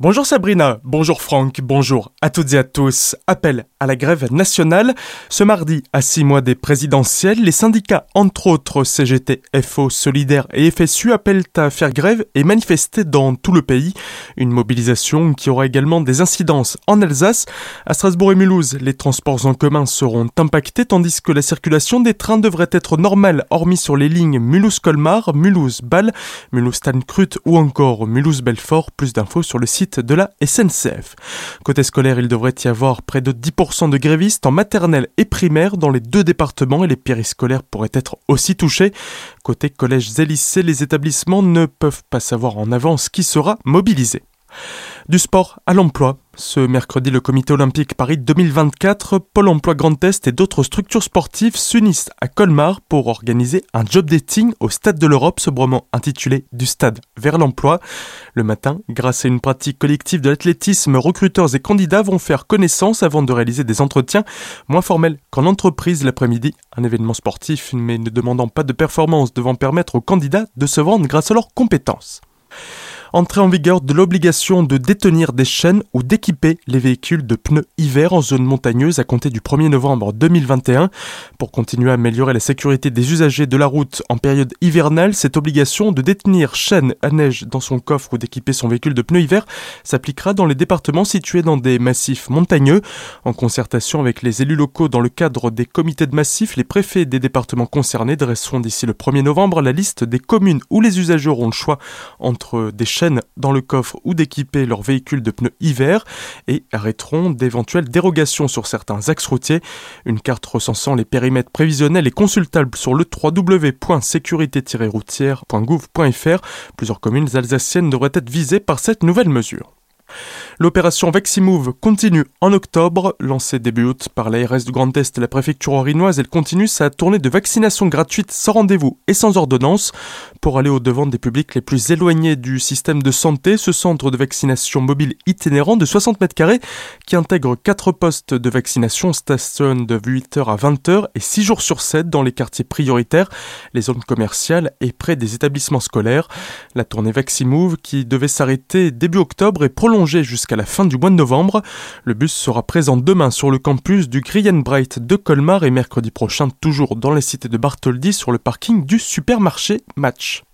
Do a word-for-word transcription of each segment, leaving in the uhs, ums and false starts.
Bonjour Sabrina, bonjour Franck, bonjour à toutes et à tous. Appel à la grève nationale. Ce mardi, à six mois des présidentielles, les syndicats, entre autres C G T, F O, Solidaire et F S U, appellent à faire grève et manifester dans tout le pays. Une mobilisation qui aura également des incidences en Alsace. À Strasbourg et Mulhouse, les transports en commun seront impactés, tandis que la circulation des trains devrait être normale, hormis sur les lignes Mulhouse-Colmar, Mulhouse-Bâle, Mulhouse-Tannkrut ou encore Mulhouse-Belfort. Plus d'infos sur le site de la S N C F. Côté scolaire, il devrait y avoir près de dix pour cent de grévistes en maternelle et primaire dans les deux départements et les périscolaires pourraient être aussi touchés. Côté collèges et lycées, les établissements ne peuvent pas savoir en avance qui sera mobilisé. Du sport à l'emploi. Ce mercredi, le Comité olympique Paris deux mille vingt-quatre, Pôle emploi Grand Est et d'autres structures sportives s'unissent à Colmar pour organiser un job dating au Stade de l'Europe, sobrement intitulé « Du stade vers l'emploi ». Le matin, grâce à une pratique collective de l'athlétisme, recruteurs et candidats vont faire connaissance avant de réaliser des entretiens moins formels qu'en entreprise l'après-midi. Un événement sportif, mais ne demandant pas de performance, devant permettre aux candidats de se vendre grâce à leurs compétences. Entrée en vigueur de l'obligation de détenir des chaînes ou d'équiper les véhicules de pneus hiver en zone montagneuse à compter du premier novembre deux mille vingt et un. Pour continuer à améliorer la sécurité des usagers de la route en période hivernale, cette obligation de détenir chaîne à neige dans son coffre ou d'équiper son véhicule de pneus hiver s'appliquera dans les départements situés dans des massifs montagneux. En concertation avec les élus locaux dans le cadre des comités de massif, les préfets des départements concernés dresseront d'ici le premier novembre la liste des communes où les usagers auront le choix entre des chaînes dans le coffre ou d'équiper leur véhicule de pneus hiver et arrêteront d'éventuelles dérogations sur certains axes routiers. Une carte recensant les périmètres prévisionnels est consultable sur le w w w point sécurité tiret routière point gouv point f r. Plusieurs communes alsaciennes devraient être visées par cette nouvelle mesure. L'opération Veximove continue en octobre. Lancée début août par l'A R S du Grand Est et la préfecture orinoise, elle continue sa tournée de vaccination gratuite sans rendez-vous et sans ordonnance. Pour aller au-devant des publics les plus éloignés du système de santé, ce centre de vaccination mobile itinérant de soixante mètres carrés qui intègre quatre postes de vaccination stationne de huit heures à vingt heures et six jours sur sept dans les quartiers prioritaires, les zones commerciales et près des établissements scolaires. La tournée Veximove, qui devait s'arrêter début octobre, est prolongée jusqu'à la fin du mois de novembre. Le bus sera présent demain sur le campus du Grienbreit de Colmar et mercredi prochain toujours dans les cités de Bartholdi sur le parking du supermarché Match.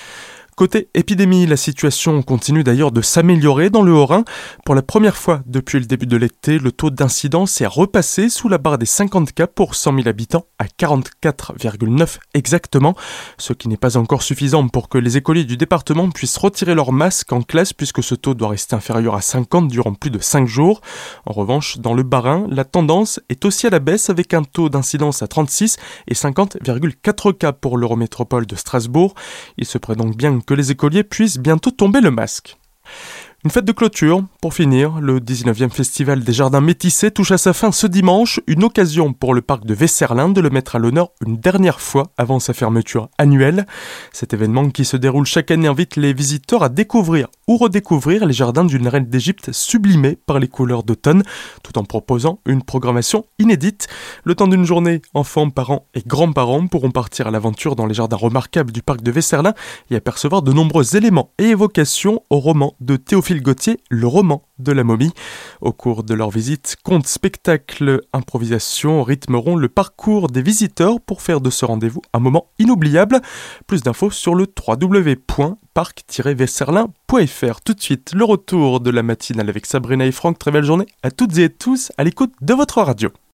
Côté épidémie, la situation continue d'ailleurs de s'améliorer dans le Haut-Rhin. Pour la première fois depuis le début de l'été, le taux d'incidence est repassé sous la barre des cinquante cas pour cent mille habitants à quarante-quatre virgule neuf exactement, ce qui n'est pas encore suffisant pour que les écoliers du département puissent retirer leur masque en classe puisque ce taux doit rester inférieur à cinquante durant plus de cinq jours. En revanche, dans le Bas-Rhin, la tendance est aussi à la baisse avec un taux d'incidence à trente-six et cinquante virgule quatre cas pour l'Eurométropole de Strasbourg. Il se pourrait donc bien que les écoliers puissent bientôt tomber le masque. Une fête de clôture, pour finir, le dix-neuvième festival des jardins métissés touche à sa fin ce dimanche, une occasion pour le parc de Weserlin de le mettre à l'honneur une dernière fois avant sa fermeture annuelle. Cet événement qui se déroule chaque année invite les visiteurs à découvrir ou redécouvrir les jardins d'une reine d'Égypte sublimés par les couleurs d'automne, tout en proposant une programmation inédite. Le temps d'une journée, enfants, parents et grands-parents pourront partir à l'aventure dans les jardins remarquables du parc de Weserlin et apercevoir de nombreux éléments et évocations au roman de Théophile Gautier, Le roman de la momie. Au cours de leur visite, contes, spectacles, improvisations rythmeront le parcours des visiteurs pour faire de ce rendez-vous un moment inoubliable. Plus d'infos sur le w w w point parc tiret weserlin point f r. Tout de suite, le retour de la matinale avec Sabrina et Franck. Très belle journée à toutes et à tous à l'écoute de votre radio.